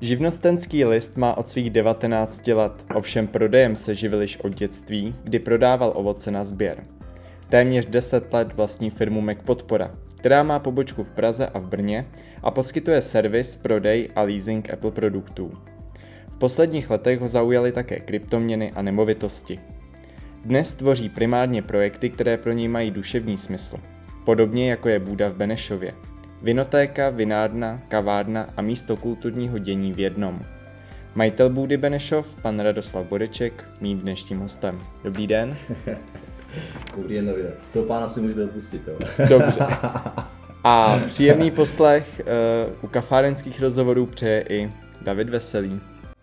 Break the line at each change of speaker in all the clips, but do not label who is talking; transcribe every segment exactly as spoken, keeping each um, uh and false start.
Živnostenský list má od svých devatenácti let, ovšem prodejem se živil již od dětství, kdy prodával ovoce na sběr. Téměř deset let vlastní firmu Mac Podpora, která má pobočku v Praze a v Brně a poskytuje servis, prodej a leasing Apple produktů. V posledních letech ho zaujaly také kryptoměny a nemovitosti. Dnes tvoří primárně projekty, které pro něj mají duševní smysl, podobně jako je Búda v Benešově. Vinotéka, vinárna, kavárna a místo kulturního dění v jednom. Majitel Búdy Benešov, pan Radoslav Bodeček, mým dnešním hostem. Dobrý den.
Dobrý den, Davide. Toho pána si můžete odpustit, jo?
Dobře. A příjemný poslech uh, u kafárenských rozhovorů přeje i David Veselý.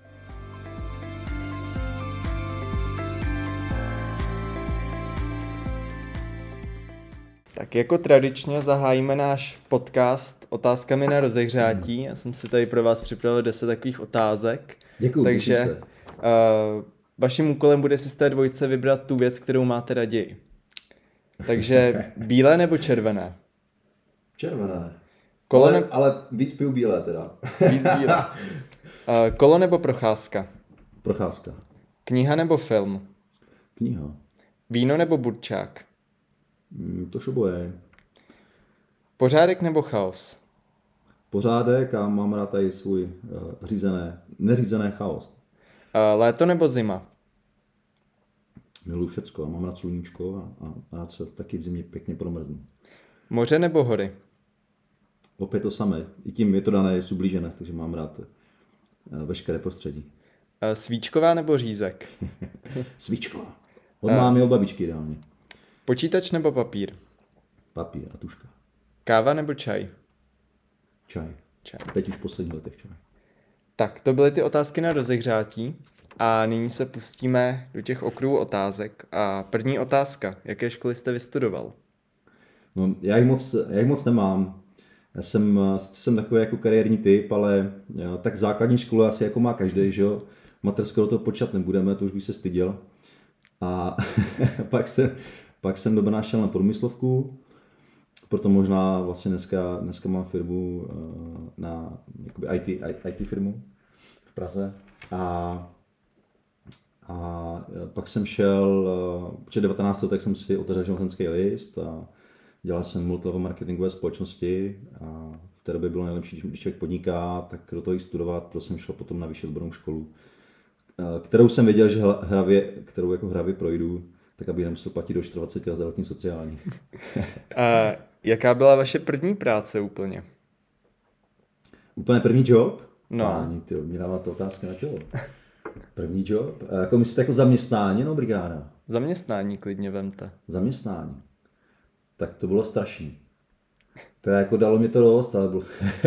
Tak jako tradičně zahájíme náš podcast otázkami na rozehřátí. Já jsem si tady pro vás připravil deset takových otázek.
Děkuju.
Takže uh, vaším úkolem bude si z té dvojce vybrat tu věc, kterou máte raději. Takže bílé nebo červené?
Červené.
Kolo
ale,
ne...
ale víc piju bílé teda.
Víc bílé. Uh, kolo nebo procházka?
Procházka.
Kniha nebo film?
Kniha.
Víno nebo burčák?
Mm, to šoboje.
Pořádek nebo chaos?
Pořádek a mám rád tady svůj uh, řízené, neřízené chaos.
Uh, léto nebo zima?
Miluji všecko, mám rád sluníčko a, a, a rád se taky v zimě pěkně promrznu.
Moře nebo hory?
Opět to samé. I tím je to dané sublížené, takže mám rád uh, veškeré prostředí.
Uh, svíčková nebo řízek?
Svíčková. Od uh, mámy, od babičky ideálně.
Počítač nebo papír?
Papír a tuška.
Káva nebo čaj?
Čaj.
Čaj.
Teď už v posledních letech čaj.
Tak, to byly ty otázky na rozehřátí a nyní se pustíme do těch okruhů otázek. A první otázka, jaké školy jste vystudoval?
No, já jich moc, já jich moc nemám. Já jsem, jsem takový jako kariérní typ, ale jo, tak základní školu asi jako má každý, že jo. Mateřskou do toho počítat nebudeme, to už bych se styděl. A pak, se, pak jsem do Brna šel na průmyslovku, proto možná vlastně dneska, dneska mám firmu na jakoby í té, í té firmu v Praze. A, a pak jsem šel, před devatenácti letech jsem si otevřel živnostenský list a dělal jsem multilevel marketingové společnosti a v té době bylo nejlepší, když člověk podniká, tak do toho i studovat, proto jsem šel potom na vyšší odbornou školu, kterou jsem věděl, že hravě, kterou jako hravě projdu, tak aby nemusel platit do dvacet let zdravotní sociální.
A jaká byla vaše první práce úplně?
Úplně první job?
No.
Páni, ty, mě dává to otázka na tělo. První job? A jako myslíte jako zaměstnání nebo brigáda?
Zaměstnání klidně vemte.
Zaměstnání. Tak to bylo strašný. Teda jako dalo mi to dost, ale bylo...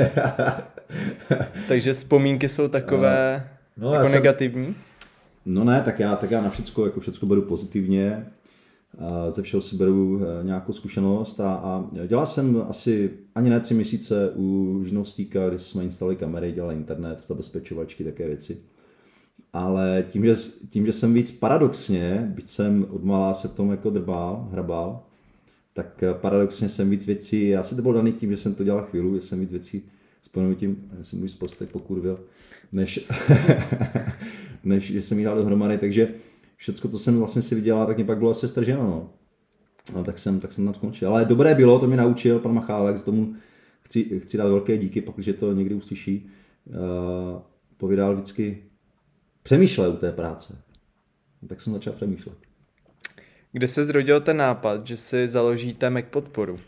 Takže vzpomínky jsou takové no, jako negativní?
Jsem... No ne, tak já, tak já na všecko, jako všecko beru pozitivně. Ze všeho si beru nějakou zkušenost a, a dělal jsem asi ani ne tři měsíce u živnostníka, kdy jsme instalovali kamery, dělali internet, zabezpečovačky, také věci. Ale tím, že, tím, že jsem víc paradoxně, byť jsem odmalá se v tom jako drbal, hrabal, tak paradoxně jsem víc věcí, já si to byl daný tím, že jsem to dělal chvíli, že jsem víc věcí spojený tím, že jsem můj spostech pokurvil, než, než že jsem jí dal dohromady, takže všecko, co jsem vlastně si vydělal, tak mě pak bylo asi strženo, no. No, tak jsem, tak jsem tam skončil. Ale dobré bylo, to mě naučil pan Machálek, z tomu chci, chci dát velké díky, pak, když to někdy uslyší, uh, povídal vždycky, přemýšlej u té práce. Tak jsem začal přemýšlet.
Kde se zrodil ten nápad, že si založíte Mac Podporu?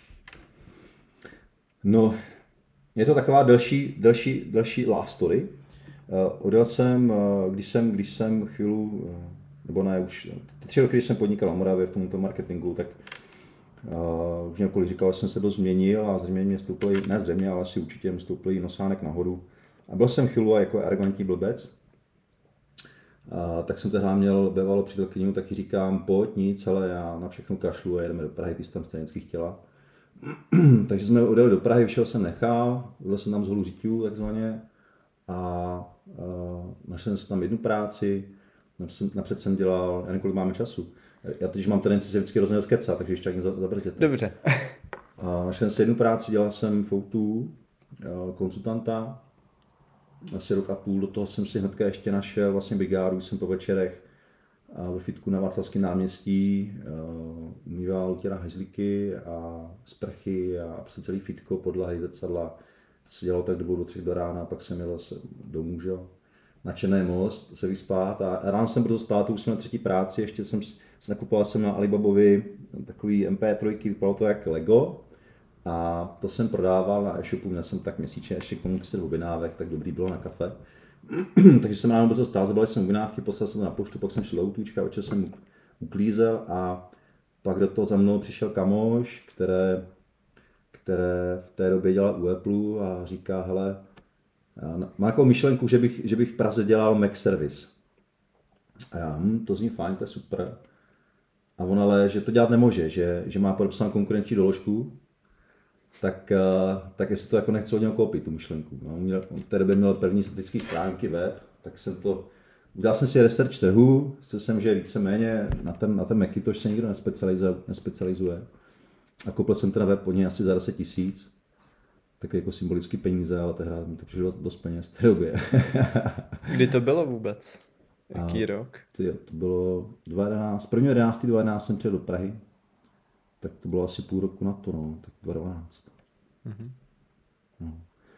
No, je to taková delší, delší, delší love story. Uh, odjel jsem, uh, když jsem, když jsem chvíli, uh, nebo ne, už tři roky, když jsem podnikal na Moravě v tomto marketingu, tak uh, už několik říkal, že jsem se dost změnil a zřejmě mě stoupil, ne zřejmě, ale asi určitě mě stoupil nosánek nahoru. A byl jsem chvíli jako arrogantní blbec. Uh, tak jsem tehdy měl bývalou přítelkyni, taky říkám, pojď, nic, ale já na všechno kašlu a jedeme do Prahy, ty jsi tam stranicky chtěla. Takže jsme odjeli do Prahy, všeho jsem nechal, byl jsem tam z holu řiťů takzvaně a uh, našel jsem tam jednu práci, napřed jsem dělal, já nevím, kolik máme času. Já teď mám tendenci se vždycky hrozně rozkecat, takže ještě tak mě zabrzděte.
Dobře.
A našel jsem si jednu práci, dělal jsem foutu, konzultanta asi rok a půl. Do toho jsem si hnedka ještě našel vlastně brigádu, jsem po večerech a ve fitku na Václavském náměstí uh, umýval těra hajzlíky a sprchy a prostě celý fitko, podlahy, zrcadla. To se dělalo tak do dvou, do třech do rána, pak jsem jel domů, že? Na Černý most se vyspát a ráno jsem brzo stál, to už jsem na třetí práci, ještě jsem se nakupoval jsem na Alibabovi takový em pé tři, vypadalo to jak Lego a to jsem prodával na e-shopu, měl jsem tak měsíčně ještě k tomu třicet objednávek, tak dobrý bylo na kafe. Takže jsem ráno brzo stál, zabral jsem objednávky, poslal jsem na poštu, pak jsem šel do autůčka, večer jsem uklízel a pak do toho za mnou přišel kamoš, které, které v té době dělal u Apple a říká, hele, má takovou myšlenku, že bych, že bych v Praze dělal Mac Service. A já, hm, to zní fajn, to je super. A on ale, že to dělat nemůže, že, že má podepsanou konkurenční doložku, tak, tak jestli to jako nechce od něho koupit, tu myšlenku. No, měl, on v té době měl první statické stránky web, tak jsem to, udělal jsem si research trhu, zjistil jsem, že víceméně na ten, na ten Macintosh se nikdo nespecializuje, nespecializuje. A koupil jsem ten web po něj asi za deset tisíc. Taky jako symbolický peníze, ale tehdy mi to přišlo dost peněz v té době.
Kdy to bylo vůbec? Jaký a, rok?
Ty, to bylo dva tisíce jedenáct. prvního jedenáctého dva tisíce jedenáct jsem přijel do Prahy. Tak to bylo asi půl roku na to, no. Tak dva tisíce dvanáct. Mm-hmm. No.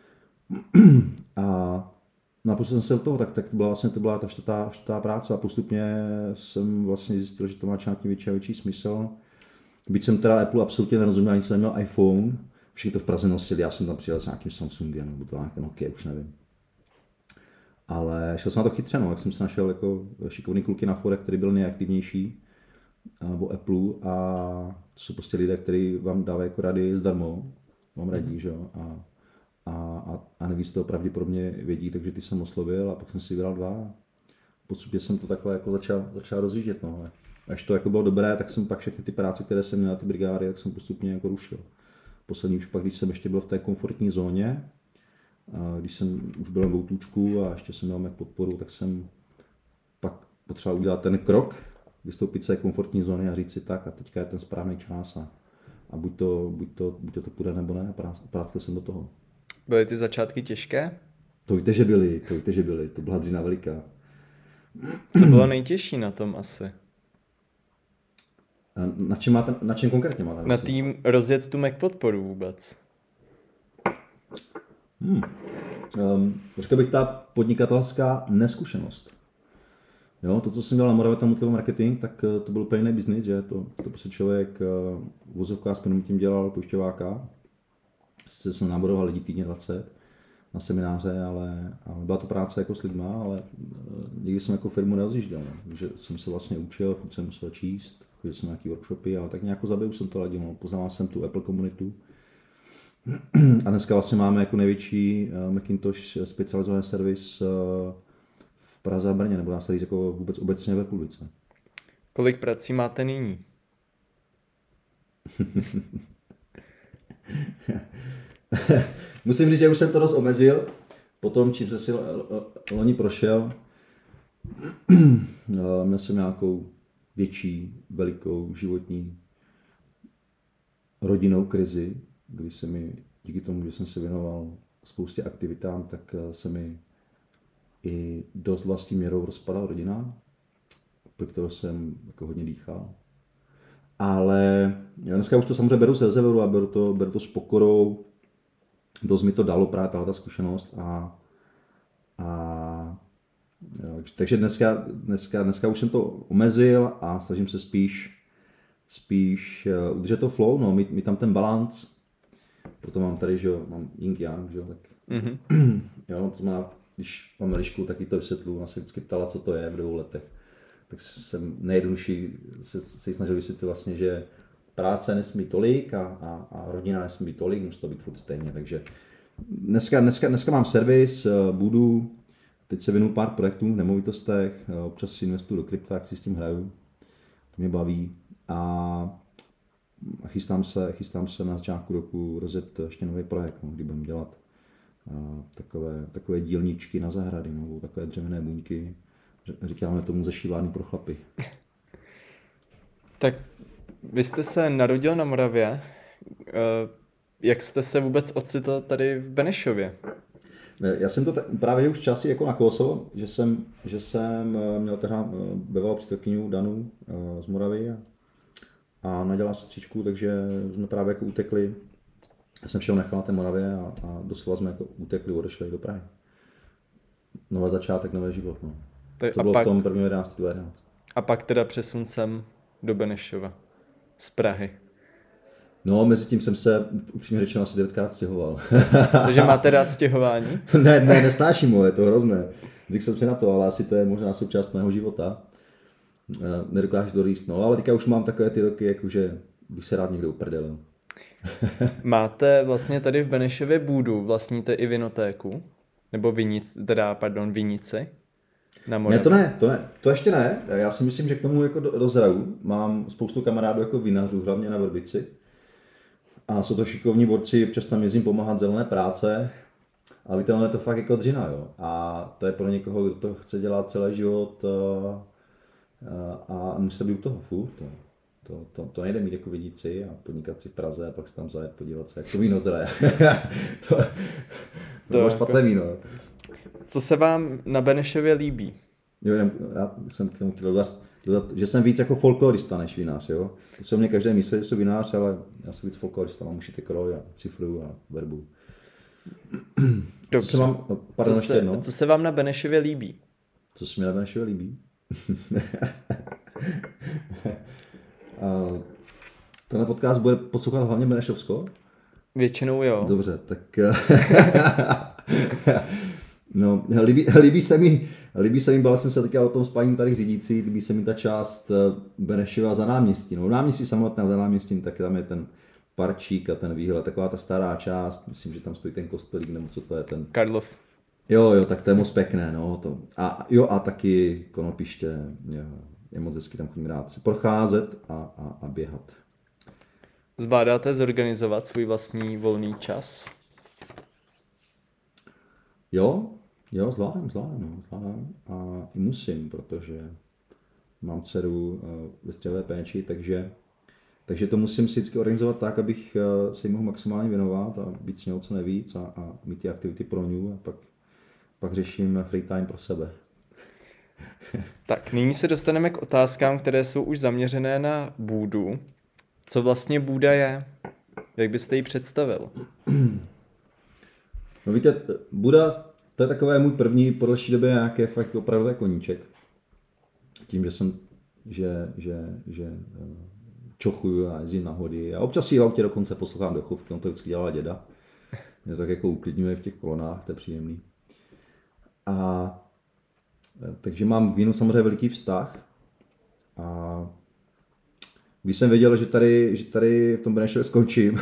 A no a pustil jsem se do toho, tak, tak to byla vlastně to byla ta čtvrtá, čtvrtá práce a postupně jsem vlastně zjistil, že to má nějaký větší a větší smysl. Byť jsem teda Apple absolutně nerozuměl, ani jsem neměl iPhone, všichni to v Praze nosili, já jsem tam přijel s nějakým Samsungem, nebo to nějaké Nokia, už nevím. Ale šel jsem na to chytře, no, jak jsem se našel jako šikovný kluky na forech, který byl nejaktivnější o Apple a to jsou prostě lidé, kteří vám dávají jako rady zdarma, vám radí, že jo, a, a, a nevíc toho pravděpodobně vědí, takže ty jsem oslovil a pak jsem si vybral dva. Postupně jsem to takhle jako začal, začal rozjíždět, no. Až to jako bylo dobré, tak jsem pak všechny ty práce, které jsem měl, ty brigády, tak jsem postupně jako rušil. Poslední už pak, když jsem ještě byl v té komfortní zóně, a když jsem už byl v autůčku a ještě jsem měl Mac podporu, tak jsem pak potřeboval udělat ten krok, vystoupit z té komfortní zóny a říct si tak a teďka je ten správný čas a, a buď, to, buď, to, buď to, to půjde nebo ne a práskl jsem do toho.
Byly ty začátky těžké?
To víte, že byly, to víte, že byly, to byla dřina veliká.
Co bylo nejtěžší na tom asi?
Na čem, máte, na čem konkrétně máte?
Na tým rozjet tu Mac podporu vůbec.
Hmm. Um, řekl bych ta podnikatelská neskušenost. Jo, to, co jsem dělal na Moravě, tam multilevel marketing, tak to byl úplně jiný biznis, že to, to prostě člověk uh, vozovka s tím dělal pojišťováka. Sice jsem náboroval lidi týdně dvacet na semináře, ale, ale byla to práce jako s lidma, ale uh, nikdy jsem jako firmu nerozjížděl, takže jsem se vlastně učil, furt jsem musel číst, chodil jsem na nějaký workshopy, ale tak nějak zabiju jsem to ladil, no. Poznával jsem tu Apple komunitu. A dneska vlastně máme jako největší uh, Macintosh specializovaný servis uh, v Praze a Brně, nebo nás tady jako vůbec obecně v republice.
Kolik prací máte nyní?
Musím říct, že už jsem to dost omezil, potom čím jsem si loni prošel, měl jsem nějakou větší, velikou životní rodinnou krizi, kdy se mi díky tomu, že jsem se věnoval spoustě aktivitám, tak se mi i dost vlastní měrou rozpadala rodina, pro kterou jsem jako hodně dýchal. Ale já dneska už to samozřejmě beru z rezervu a beru to, beru to s pokorou. Dost mi to dalo právě ta zkušenost a, a jo, takže dneska, dneska, dneska už jsem to omezil a snažím se spíš, spíš udržet to flow, no, mít, mít tam ten balanc. Proto mám tady, že jo, mám yin yang, že jo, tak mm-hmm. Jo, to znamená, když mám Elišku, tak jí to vysvětlu, ona se vždycky ptala, co to je v dvou letech. Tak jsem nejjednodušší se, se jí snažil vysvětlit vlastně, že práce nesmí tolik a, a, a rodina nesmí být tolik, musí to být furt stejně. Takže dneska, dneska, dneska mám servis, budu, teď se věnuju pár projektů v nemovitostech, občas si investuju do krypta, jak si s tím hraju, to mě baví a chystám se, chystám se na začátku roku rozjet ještě nový projekt, no, kdy budeme dělat a, takové, takové dílničky na zahrady, no, takové dřevěné buňky. Říkáme tomu zašívání pro chlapy.
Tak vy jste se narodil na Moravě. Jak jste se vůbec ocitl tady v Benešově?
Já jsem to tak, právě už části jako nakousl, že jsem, že jsem měl teda bývalou přítelkyni Danu z Moravy a, a nadělal sestřičku, takže jsme právě jako utekli. Já jsem všeho nechal na té Moravě a, a doslova jsme jako utekli, odešli do Prahy. Nový začátek, nový život. No.
To,
to bylo
pak,
v tom prvním jedenáctém jedenáctém.
A pak teda přesun sem do Benešova z Prahy.
No, mezi tím jsem se upřímně řečeno asi devětkrát stěhoval.
Takže máte rád stěhování?
ne, ne, nesnáším ho, je to hrozné. Když jsem si na to, ale asi to je možná součást mého života. Nedokážu to říct, no, ale teďka už mám takové ty roky, jakože bych se rád někde uprdelil.
Máte vlastně tady v Benešově bůdu, vlastníte i vinotéku? Nebo vinic, teda, pardon, vinici? Na
ne, to ne, to ne, to ještě ne. Já si myslím, že k tomu jako dozraju. Mám spoustu kamarádů jako vinařů, hlavně na Vrbici. A jsou to šikovní borci, občas tam jezdím pomáhat zelené práce. A víte, ono je to fakt jako dřina, jo. A to je pro někoho, kdo to chce dělat celý život a, a, a musí být u toho furt. To, to, to, to nejde mít jako vidíci a podnikat si v Praze a pak se tam zajet podívat se, jak to víno zraje. to, to, to bylo špatné víno.
Co se vám na Benešově líbí?
Jo, já jsem k tomu chtěl dodat, dodat, že jsem víc jako folklorista než vinář, jo. To se o mě každé myslí, že jsem vinář, ale já jsem víc folklorista, mám ušity kroj a cifru a verbu.
Dobře.
Co se vám, pardon,
co, se,
ještě, no?
co se vám na Benešově líbí?
Co se mi na Benešově líbí? A tenhle podcast bude poslouchat hlavně Benešovsko?
Většinou jo.
Dobře, tak... no, líbí, líbí se mi, líbí se mi, bavil jsem se teďka o tom s paní tady řídící, líbí se mi ta část Benešova za náměstí. No, náměstí samotné za náměstím, tak tam je ten parčík a ten výhled, taková ta stará část, myslím, že tam stojí ten kostelík, nebo co to je ten...
Karlov.
Jo, jo, tak to je moc pěkné, no. To. A jo, a taky Konopiště, je, je moc hezky, tam chodím rád si procházet a, a, a běhat.
Zvládáte zorganizovat svůj vlastní volný čas?
Jo, jo, zvládám, zvládám, no, zvládám. A i musím, protože mám dceru ve střelové péči, takže, takže to musím si vždycky organizovat tak, abych se jí mohl maximálně věnovat a být s něho co nejvíc a, a mít ty aktivity pro ní a pak, pak řeším free time pro sebe.
Tak, nyní se dostaneme k otázkám, které jsou už zaměřené na bůdu. Co vlastně bůda je? Jak byste ji představil?
No víte, Buda, to je takové můj první po delší době nějaké fakt opravdové koníček. Tím, že jsem, že, že, že čochuju a jezdím na hody a občas si v autě dokonce poslouchám dechovky, on to vždycky dělá děda. Mě tak jako uklidňuje v těch kolonách, to je příjemný. A takže mám k vínu samozřejmě veliký vztah. A když jsem věděl, že tady, že tady v tom Benešově skončím,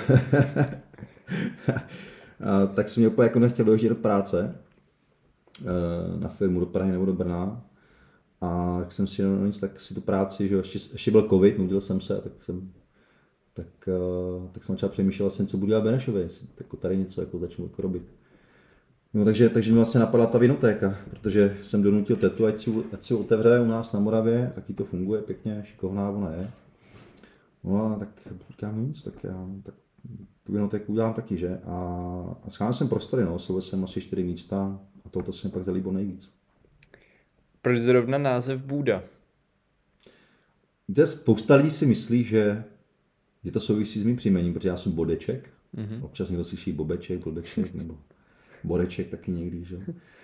a tak jsem mě úplně jako nechtěl dojíždět do práce na firmu do Prahy nebo do Brna. A tak jsem si, no nic, tak si tu práci, že ještě, ještě byl covid, nudil jsem se, tak jsem, tak, tak jsem začal přemýšlet vlastně, co budu dělat v Benešově, jestli jako tady něco jako začnu jako robit. No, takže, takže mi vlastně napadla ta vinotéka, protože jsem donutil tetu, ať si, ať si otevře u nás na Moravě, taky to funguje pěkně, šikovná ona je. No a tak říkám nic, tak já tak tu vinotéku udělám taky, že? A, a scháněl jsem prostory, no, souvěl jsem asi čtyři místa a tohle se mi pak zalíbilo nejvíc.
Proč zrovna název Bůda?
Víte, spousta lidí si myslí, že, že to souvisí s mým příjmením, protože já jsem Bodeček, mm-hmm. Občas někdo slyší Bobeček, Blbeček nebo Boreček taky někdy, že?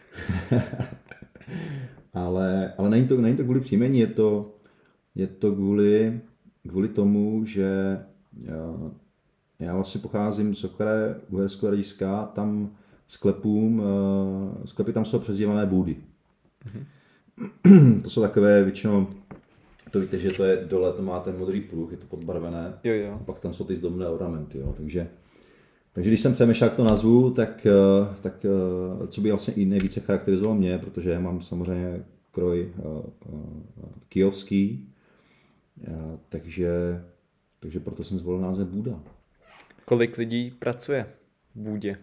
ale, ale není to, není to kvůli příjmení, je to, je to kvůli, kvůli tomu, že já, já vlastně pocházím z okraje Uherského Hradiska, tam sklepům, sklepy tam jsou přezdívané bůdy. Mm-hmm. To jsou takové většinou, to víte, že to je dole, to má ten modrý pruh, je to podbarvené,
jo, jo.
A pak tam jsou ty zdobné ornamenty, jo, takže Takže když jsem přemýšlel, jak to nazvu, tak, tak co by vlastně i nejvíce charakterizovalo mě, protože já mám samozřejmě kroj kyjovský, takže, takže proto jsem zvolil název Bůda.
Kolik lidí pracuje v Bůdě?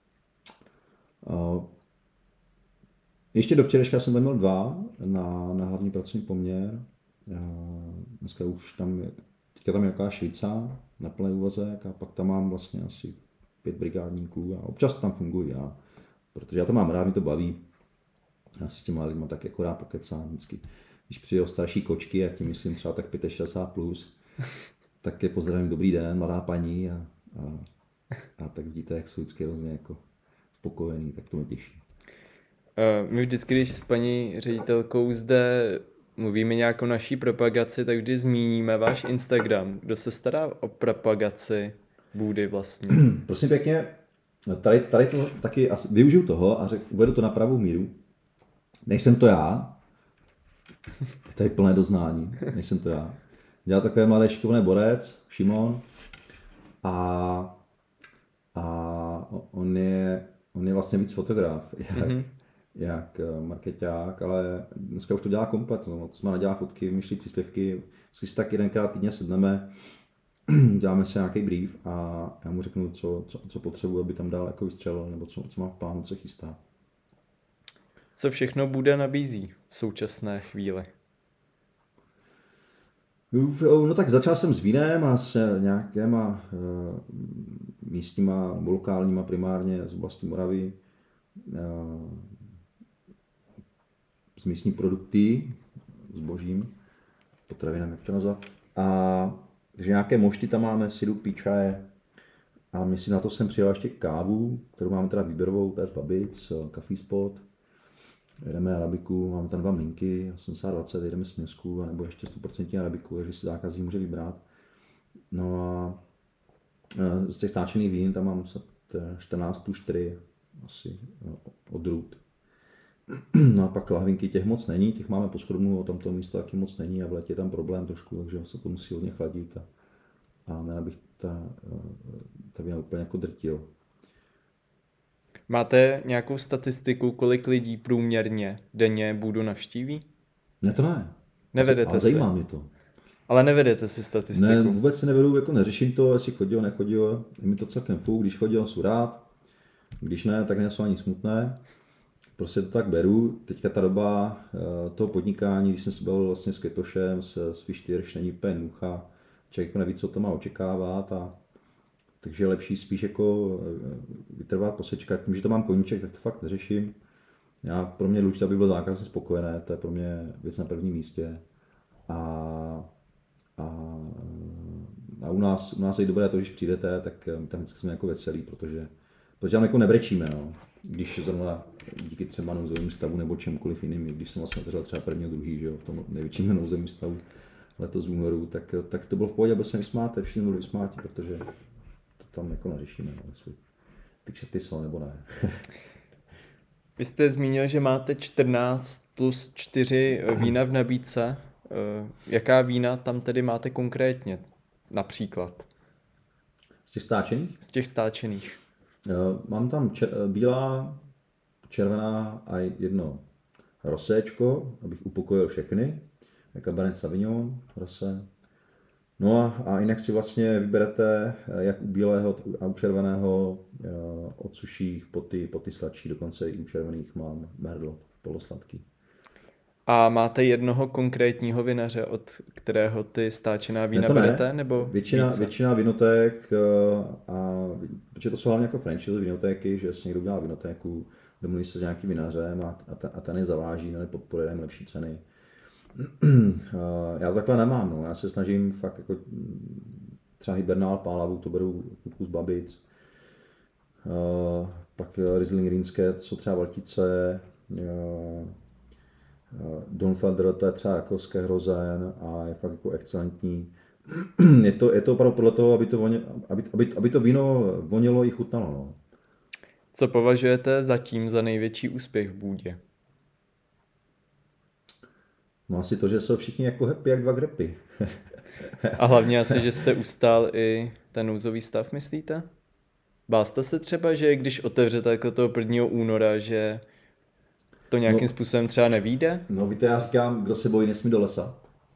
Ještě do včerejška jsem tam měl dva na, na hlavní pracovní poměr. Dneska už tam je, teďka tam je jaká Švica na plný úvazek a pak tam mám vlastně asi pět brigádníků a občas tam fungují a protože já to mám rád, mi to baví. Já si s těma lidma tak jako rád pokecám vždycky. Když přijde starší kočky, a tím myslím třeba tak šedesát pět plus, tak je pozdravím, dobrý den, mladá paní a, a, a tak vidíte, jak jsou vždycky hrozně jako spokojený, tak to mě těší.
My vždycky, když s paní ředitelkou zde mluvíme nějak o naší propagaci, tak vždy zmíníme váš Instagram. Kdo se stará o propagaci Bůdy vlastně?
Prosím pěkně, tady, tady to taky asi využiju toho a řek, uvedu to na pravou míru. Nejsem to já, je tady plné doznání, nejsem to já. Dělal takové mladé šikovné borec, Šimon, a, a on, je, on je vlastně víc fotograf, jak, mm-hmm. jak markeťák, ale dneska už to dělá komplet, no, jsme nadělá fotky, vymýšlí příspěvky, vždycky si tak jedenkrát týdně sedneme, děláme si nějaký brief a já mu řeknu, co, co, co potřebuji, aby tam dál jako vystřelil, nebo co, co mám v plánu, co chystá.
Co všechno Bůda nabízí v současné chvíli?
No tak začal jsem s vínem a s nějakýma e, místníma nebo lokálníma primárně z oblasti Moravy, e, s místní produkty, zbožím, potravinami, jak to nazvat. A takže nějaké mošty tam máme, sirupy, čaje a my si na to jsem přijel ještě kávu, kterou máme teda výběrovou, to je z Babic, Coffee Spot. Jedeme arabiku, máme tam dva mlínky, osmdesát dvacet, jedeme směsku, nebo ještě sto procent arabiku, takže si zákazník může vybrat. No a z těch stáčených vín tam mám čtrnáct plus čtyři asi odrůd. No a pak lahvinky, těch moc není, těch máme po skromnu, o tomto místo taky moc není a v létě je tam problém trošku, takže se to musí hodně chladit a, a ne, abych ta, ta vína úplně jako drtil.
Máte nějakou statistiku, kolik lidí průměrně denně Bůdu navštíví?
Ne, to ne.
Nevedete
ale
si.
Zajímá mě to.
Ale nevedete si statistiku?
Ne, vůbec si nevedu, jako neřeším to, jestli chodil, nechodil. Je mi to celkem fuk, když chodil, jsou rád. Když ne, tak nejsou ani smutné. Prostě to tak beru. Teďka ta doba toho podnikání, když jsem se bavil vlastně s Ketošem, s, s Fištyrš, není úplně nucha. Člověk neví, co to má očekávat. A takže je lepší spíš jako vytrvat, posečkat. Tím, že to mám koníček, tak to fakt neřeším. Já, pro mě důležité, aby byl zákazník spokojené, to je pro mě věc na prvním místě. A, a, a u nás, u nás je dobré to, když přijdete, tak tam vždycky jsme jako veselí, protože, protože tam jako nebrečíme, no. Když zrovna díky třeba nouzovému stavu nebo čemkoliv jiným, když jsem vlastně otevřel třeba první a druhý, že jo, v tom největším nouzovém stavu letos v únoru, tak, tak to bylo v pohodě, aby se vysmáte, všichni byli vysmáti, protože to tam jako neřešíme, no, jestli ty kšefty jsou nebo ne.
Vy jste zmínil, že máte čtrnáct plus čtyři vína v nabídce. Jaká vína tam tedy máte konkrétně, například?
Z těch stáčených?
Z těch stáčených.
Mám tam čer- bílá, červená a jedno roséčko, abych upokojil všechny. Cabernet Sauvignon, rosé. No a, a jinak si vlastně vyberete jak u bílého a u červeného od suších po ty, po ty sladší, dokonce i u červených mám merlot polosladký.
A máte jednoho konkrétního vinaře, od kterého ty stáčená vína
ne,
berete?
Ne.
Nebo
většina,
více?
většina vinoték, a, protože to jsou hlavně jako franchise vinotéky, že si někdo udělá vinotéku, domluví se s nějakým vinařem a, a, ten, a ten je zaváží, ne, podporuje lepší ceny. Já takhle nemám, no. Já se snažím fakt jako třeba Hibernál, Pálavu, to beru kus Babic, pak Riesling Rýnské, to jsou třeba Valtice, Donfelder, to je třeba rakouské hrozen a je fakt jako excelentní. Je to, je to opravdu podle toho, aby to, voně, aby, aby, aby to víno vonilo i chutnalo. No.
Co považujete zatím za největší úspěch v Bůdě?
No asi to, že jsou všichni jako happy jak dva grepy.
A hlavně asi, že jste ustál i ten nouzový stav, myslíte? Bál jste se třeba, že když otevřete takhle toho prvního února, že to nějakým no, způsobem třeba nevyjde?
No víte, já říkám, kdo se bojí, nesmí do lesa.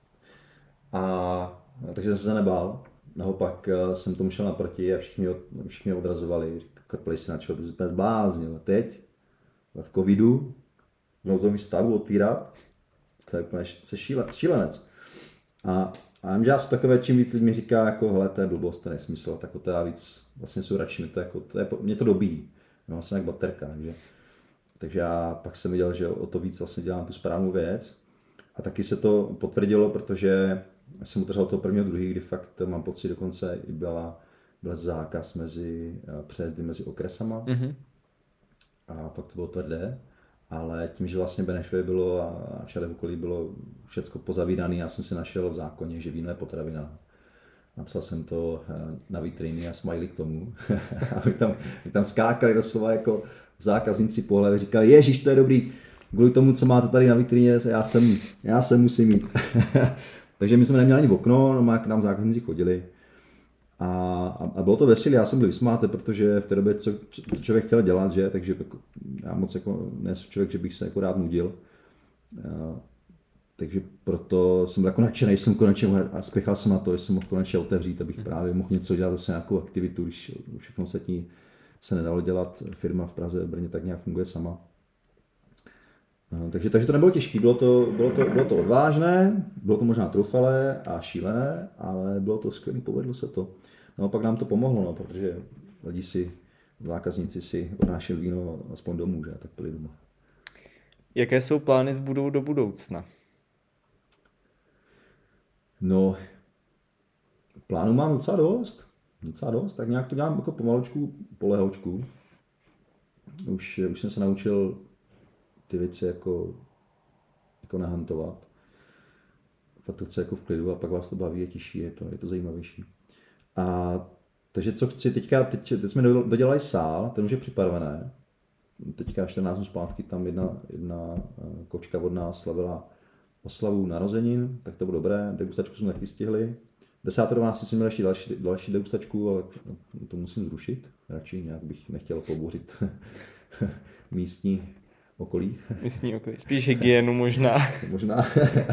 A takže jsem se nebál. Naopak jsem tomu šel naproti a všichni, všichni odrazovali. Krpali si na čelo, ty jsi úplně zbláznil. Teď, v covidu, v nouzovém stavu otvírat, to je úplně šílenec. A, a já jsem takové, čím víc lidmi říká, jako hele, to je blbost, to je nesmysl, tak to já víc vlastně jsou radši, to jako, to je, mě to dobíjí, no, jsem jak baterka, takže takže já pak jsem viděl, že o to víc vlastně dělám tu správnou věc. A taky se to potvrdilo, protože jsem otevřel toho prvního druhý, kdy fakt mám pocit, dokonce i byla, byl zákaz mezi přejezdy mezi okresama. Mm-hmm. A fakt to bylo tvrdé. Ale tím, že vlastně Benešově bylo a všade v okolí bylo všecko pozavídané, já jsem si našel v zákoně, že víno je potravina. Napsal jsem to na vitriny a smajli k tomu. A my tam, my tam skákali doslova jako zákazníci po hlavě, říkali, ježiš, to je dobrý, kvůli tomu, co máte tady na vitrině, já jsem, já jsem musím mít. Takže my jsme neměli ani v okno, no, k nám zákazníci chodili. A, a bylo to veselé, já jsem byl vysmátý, protože v té době co, co člověk chtěl dělat, že, takže já moc jako nejsem člověk, že bych se jako rád nudil. A, takže proto jsem byl jako nadšený, jsem konečně a spěchal jsem na to, že jsem mohl konečně otevřít, abych právě mohl něco dělat, zase nějakou aktivitu, když všechno ostatní se nedalo dělat, firma v Praze, v Brně tak nějak funguje sama. A, takže, takže to nebylo těžké, bylo to, bylo, to, bylo to odvážné, bylo to možná troufalé a šílené, ale bylo to skvělé, povedlo se to. No pak nám to pomohlo, no, protože lidi si, zákazníci si odnášeli víno aspoň domů, že, tak byli doma.
Jaké jsou plány z budou do budoucna?
No, plánu mám docela dost, docela dost, tak nějak to dělám jako pomaločku, polehočku. Už, už jsem se naučil ty věci jako, jako nahantovat. Fakt to chce jako v klidu a pak vás to baví, je těžší, je to, je to zajímavější. A takže co chci, teďka, teď, teď jsme dodělali sál, ten už je připravené. Teďka čtrnáct dnů zpátky tam jedna, jedna kočka od nás slavila oslavu narozenin, tak to bylo dobré, degustačku jsme taky stihli. desátého dvanáctého jsem měl ještě další, další degustačku, ale to musím zrušit, radši nějak bych nechtěl pobouřit místní okolí.
Místní okolí, spíš hygienu možná.
možná.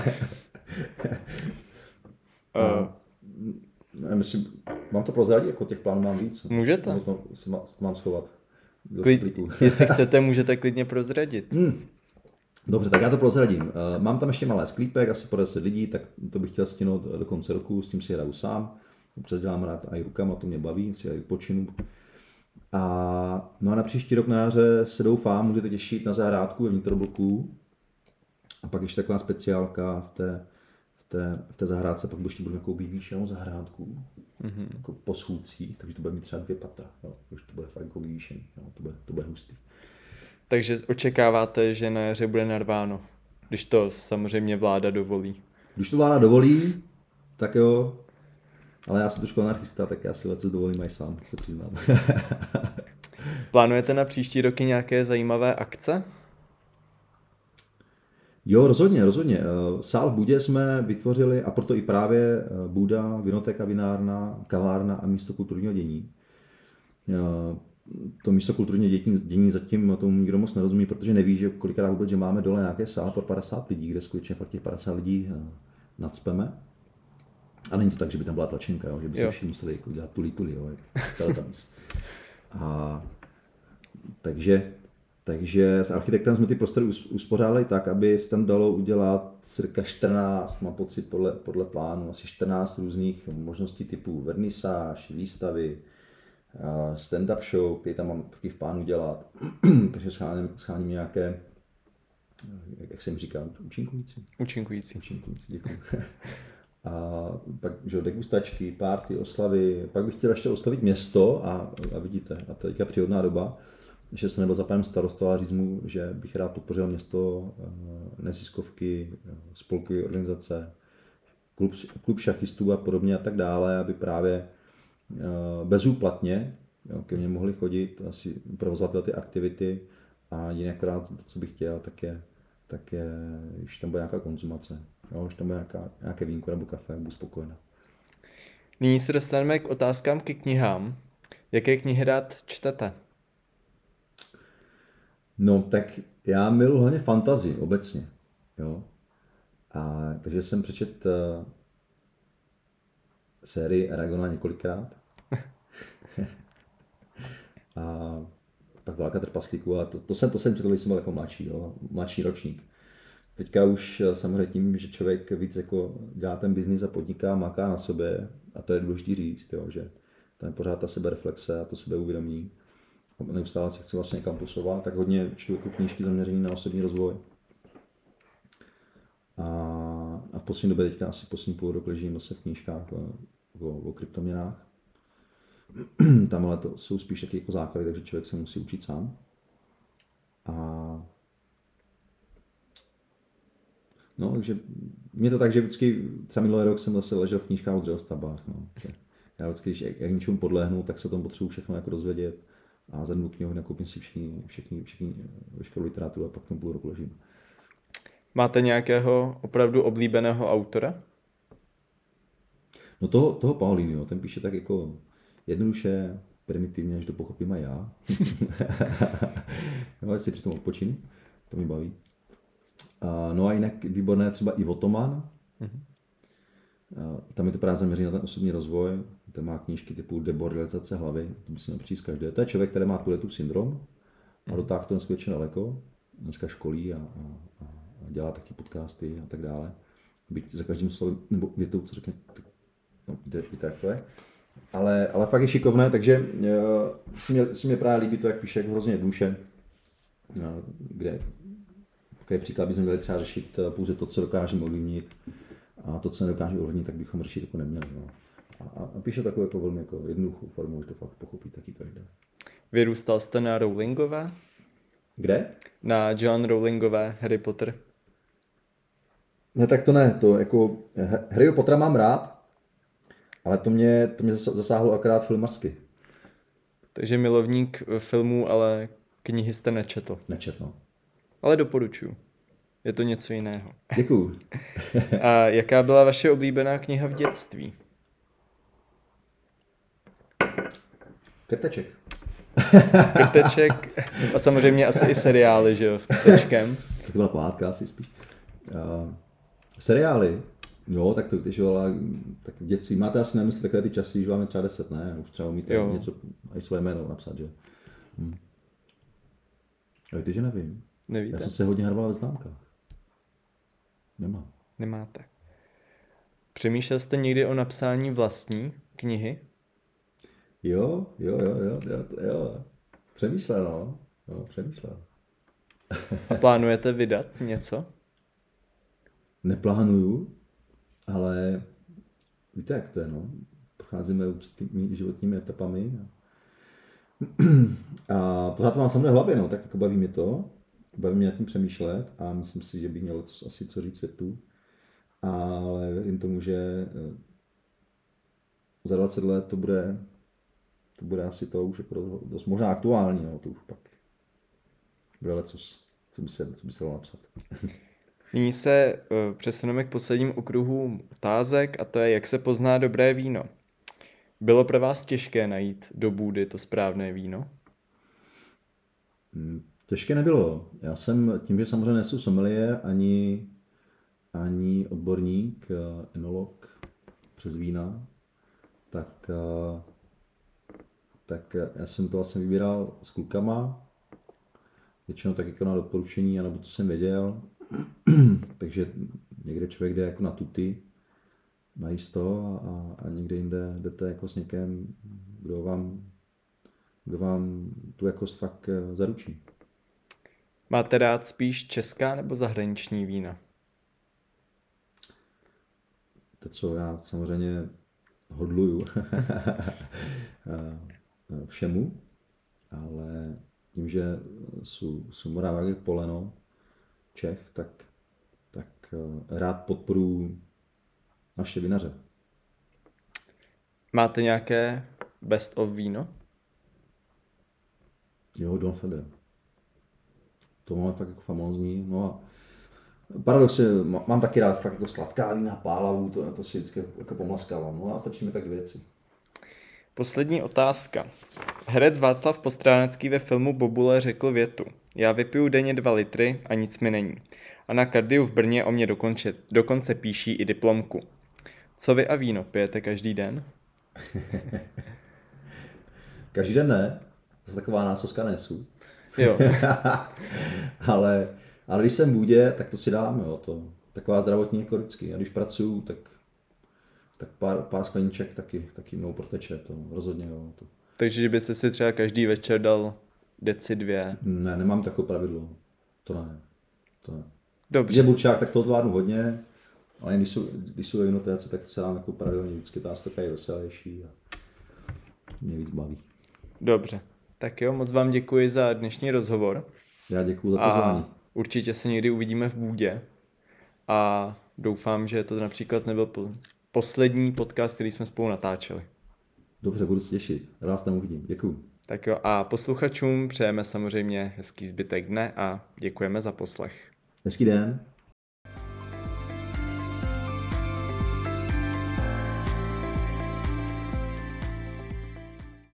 A, ne, myslím, mám to prozradit, jako těch plánů mám víc.
Můžete.
To mám schovat.
Klid, jestli chcete, můžete klidně prozradit. Hmm.
Dobře, tak já to prozradím. Mám tam ještě malé sklípek, asi po deset lidí, tak to bych chtěl stihnout do konce roku, s tím si hraju sám. Občas dělám rád i rukama, to mě baví, si i počinu. A, no a na příští rok na jaře se doufám, můžete těšit na zahrádku ve vnitrobloku. A pak ještě taková speciálka v té, v té, v té zahrádce, pak ještě budu nějakou vyvýšenou zahrádku, mm-hmm. jako po schůdcích, takže to bude mít třeba dvě patra, jo, takže to bude fakt jako vyvýšený, jo, to bude, to bude hustý.
Takže očekáváte, že na jaře bude narváno, když to samozřejmě vláda dovolí.
Když to vláda dovolí, tak jo, ale já jsem trošku anarchista, tak já si leco dovolím aj sám, se přiznám.
Plánujete na příští roky nějaké zajímavé akce?
Jo, rozhodně, rozhodně. Sál v Budě jsme vytvořili, a proto i právě Buda, Vinotéka, vinárna, kavárna a místo kulturního dění. To místo kulturního dění zatím tomu nikdo moc nerozumí, protože neví, že kolikrát vůbec, že máme dole nějaké sál pro padesát lidí, kde skutečně fakt těch padesát lidí nacpeme. A není to tak, že by tam byla tlačenka, jo? Že by se jo. všichni museli jako dělat tuli tuli, jo? A takže, takže s architektem jsme ty prostory uspořádali tak, aby se tam dalo udělat cirka čtrnáct, mám pocit podle, podle plánu, asi čtrnáct různých možností typu vernisáž, výstavy, stand-up show, který tam mám taky v plánu dělat. Takže scháním, scháním nějaké, jak jsem říkal, účinkující.
Účinkující.
Účinkující, děkuji. A pak že degustačky, party, oslavy, pak bych chtěl ještě oslavit město a, a vidíte, a to je teďka příhodná doba, že se nebyl za panem starostou a říct mu, že bych rád podpořil město, neziskovky, spolky, organizace, klub, klub šachistů a podobně a tak dále, aby právě bezúplatně jo, ke mně mohli chodit, asi provozovat ty aktivity a jinak, co bych chtěl, tak je, tak je, když tam bude nějaká konzumace. Jo, už tam bude nějaká, nějaké vínko nebo kafe, budu spokojená.
Nyní se dostaneme k otázkám ke knihám. Jaké knihy rád čtete?
No, tak já miluji hlavně fantazii obecně. Jo. A, takže jsem přečet uh, sérii Eragona několikrát. A pak Válka trpaslíků. A to, to jsem, to jsem četl, když jsem byl jako mladší, jo, mladší ročník. Teďka už samozřejmě tím, že člověk víc jako dělá ten biznis a podniká, maká na sobě, a to je důležité říct, jo, že tam je pořád ta sebereflexe a to sebeuvědomí. neustále se chci vlastně někam posouvat, tak hodně čtu jako knížky zaměřené na osobní rozvoj. A, a v poslední době teďka asi poslední půl rok ležím zase v knížkách o, o, o kryptoměnách. Tam ale to jsou spíš taky jako základy, takže člověk se musí učit sám. A no, takže mě to tak, že vždycky, třeba minulý rok jsem zase ležel v knížkách o dřevostavbách. No. Já vždycky, když jak něčemu podlehnu, tak se tomu potřebuji všechno jako dozvědět a zadnu knihu, nakoupím si všichni, všichni, všichni, veškerou literaturu a pak tomu půl roku ležím.
Máte nějakého opravdu oblíbeného autora?
No toho, toho Paulínyho, ten píše tak jako jednoduše, primitivně, až to pochopím i já. No, si při tom odpočinu, to mi baví. A, no a jinak výborné třeba Ivo Toman. Mm-hmm. A, tam je to právě zaměřené na ten osobní rozvoj. Ten má knížky typu deboralizace hlavy, to musíme přijít každé. To je člověk, který má tu syndrom a dotáhl to neskutečně daleko. Dneska školí a, a, a dělá taky podcasty a tak dále. Byť za každým slovem, nebo větou, co řekne, tak, no, víte, víte, jak to je. Ale, ale fakt je šikovné, takže uh, si, mě, si mě právě líbí to, jak píše, jako hrozně jednoduše, uh, kde takový příklad bychom měli třeba řešit pouze to, co dokážeme ovlivnit, a to, co nedokážeme ovlivnit, tak bychom řešit jako neměli. No. A, a píše takovou jako velmi jako jednoduchou formu, že to fakt pochopí taky každý.
Vyrůstal jste na Rowlingové?
Kde?
Na Joan Rowlingové Harry Potter.
Ne, tak to ne, to jako Harryho Pottera mám rád, ale to mě, to mě zasáhlo akorát filmařsky.
Takže milovník filmů, ale knihy jste nečetl.
Nečetl, no.
Ale doporučuji. Je to něco jiného.
Děkuju.
A jaká byla vaše oblíbená kniha v dětství?
Krteček.
Krteček a samozřejmě asi i seriály, že jo, s Krtečkem.
To byla pohádka asi spíš. Uh, seriály, jo, tak to když jo, ale tak v dětství máte asi nemyslet takové ty časy, když máme třeba deset, ne? Už třeba umíte jo. něco, i svoje jméno napsat, že? Hm. Ale ty, že nevím.
Nevíte?
Já jsem se hodně hrával ve známkách. Nemám.
Nemáte. Přemýšlel jste někdy o napsání vlastní knihy?
Jo, jo, jo, jo, jo, jo. Přemýšlel, no. Jo, přemýšlel.
A plánujete vydat něco?
Neplánuju, ale víte, jak to je, no. Procházíme určitými životními etapami. A, a pořád to mám samozřejmě v hlavě, no, tak jako baví mě to. Baví mě nad tím přemýšlet a myslím si, že bych měl co, asi co říct světu. Ale věřím tomu, že za dvacet let to bude, to bude asi to už jako dost, dost možná aktuální, no, to už pak bude lecos, co by se, co by se dalo napsat.
Nyní se uh, přesuneme k posledním okruhu otázek a to je, jak se pozná dobré víno. Bylo pro vás těžké najít do bůdy to správné víno?
Hmm, těžké nebylo. Já jsem tím, že samozřejmě nejsem sommelier, ani, ani odborník, enolog přes vína, tak, tak já jsem to vlastně vybíral s klukama, většinou tak jako na doporučení, anebo co jsem věděl. Takže někde člověk jde jako na tuty, na jisto a, a někde jinde jdete jako s někým, kdo vám, kdo vám tu jakost fakt zaručí.
Máte rád spíš česká nebo zahraniční vína?
To, co já samozřejmě hodluju všemu, ale tím, že jsou, jsou Moravák Poleno, Čech, tak, tak rád podporuji naše vinaře.
Máte nějaké best of víno?
Jo, Don Feder. To máme fakt jako famózní. No a paradoxně mám taky rád fakt jako sladká vína, pálavu, to, to si vždycky jako pomlaskávám. No a stačí mi tak dvě věci.
Poslední otázka. Herec Václav Postránecký ve filmu Bobule řekl větu: já vypiju denně dva litry a nic mi není. A na Kardiu v Brně o mě dokonce, dokonce píší i diplomku. Co vy a víno pijete každý den?
Každý den ne. To je taková násoska nesu.
Jo.
ale, ale když jsem v bůdě, tak to si dám. Jo, to, taková zdravotní jako vždycky. A když pracuju, tak, tak pár, pár skleniček taky, taky mnou proteče. To rozhodně. Jo, to.
Takže byste si třeba každý večer dal deci dvě?
Ne, nemám takové pravidlo. To ne. To ne.
Dobře.
Když je burčák, tak to zvládnu hodně, ale když jsou, když jsou jednotéci, tak se dám jako pravidelně vždycky ta stoka je veselější a mě víc baví.
Dobře. Tak jo, moc vám děkuji za dnešní rozhovor.
Já děkuji za pozvání.
A určitě se někdy uvidíme v Bůdě. A doufám, že to například nebyl poslední podcast, který jsme spolu natáčeli.
Dobře, budu se těšit. Rád se tam uvidím. Děkuji.
Tak jo, a posluchačům přejeme samozřejmě hezký zbytek dne a děkujeme za poslech.
Hezký den.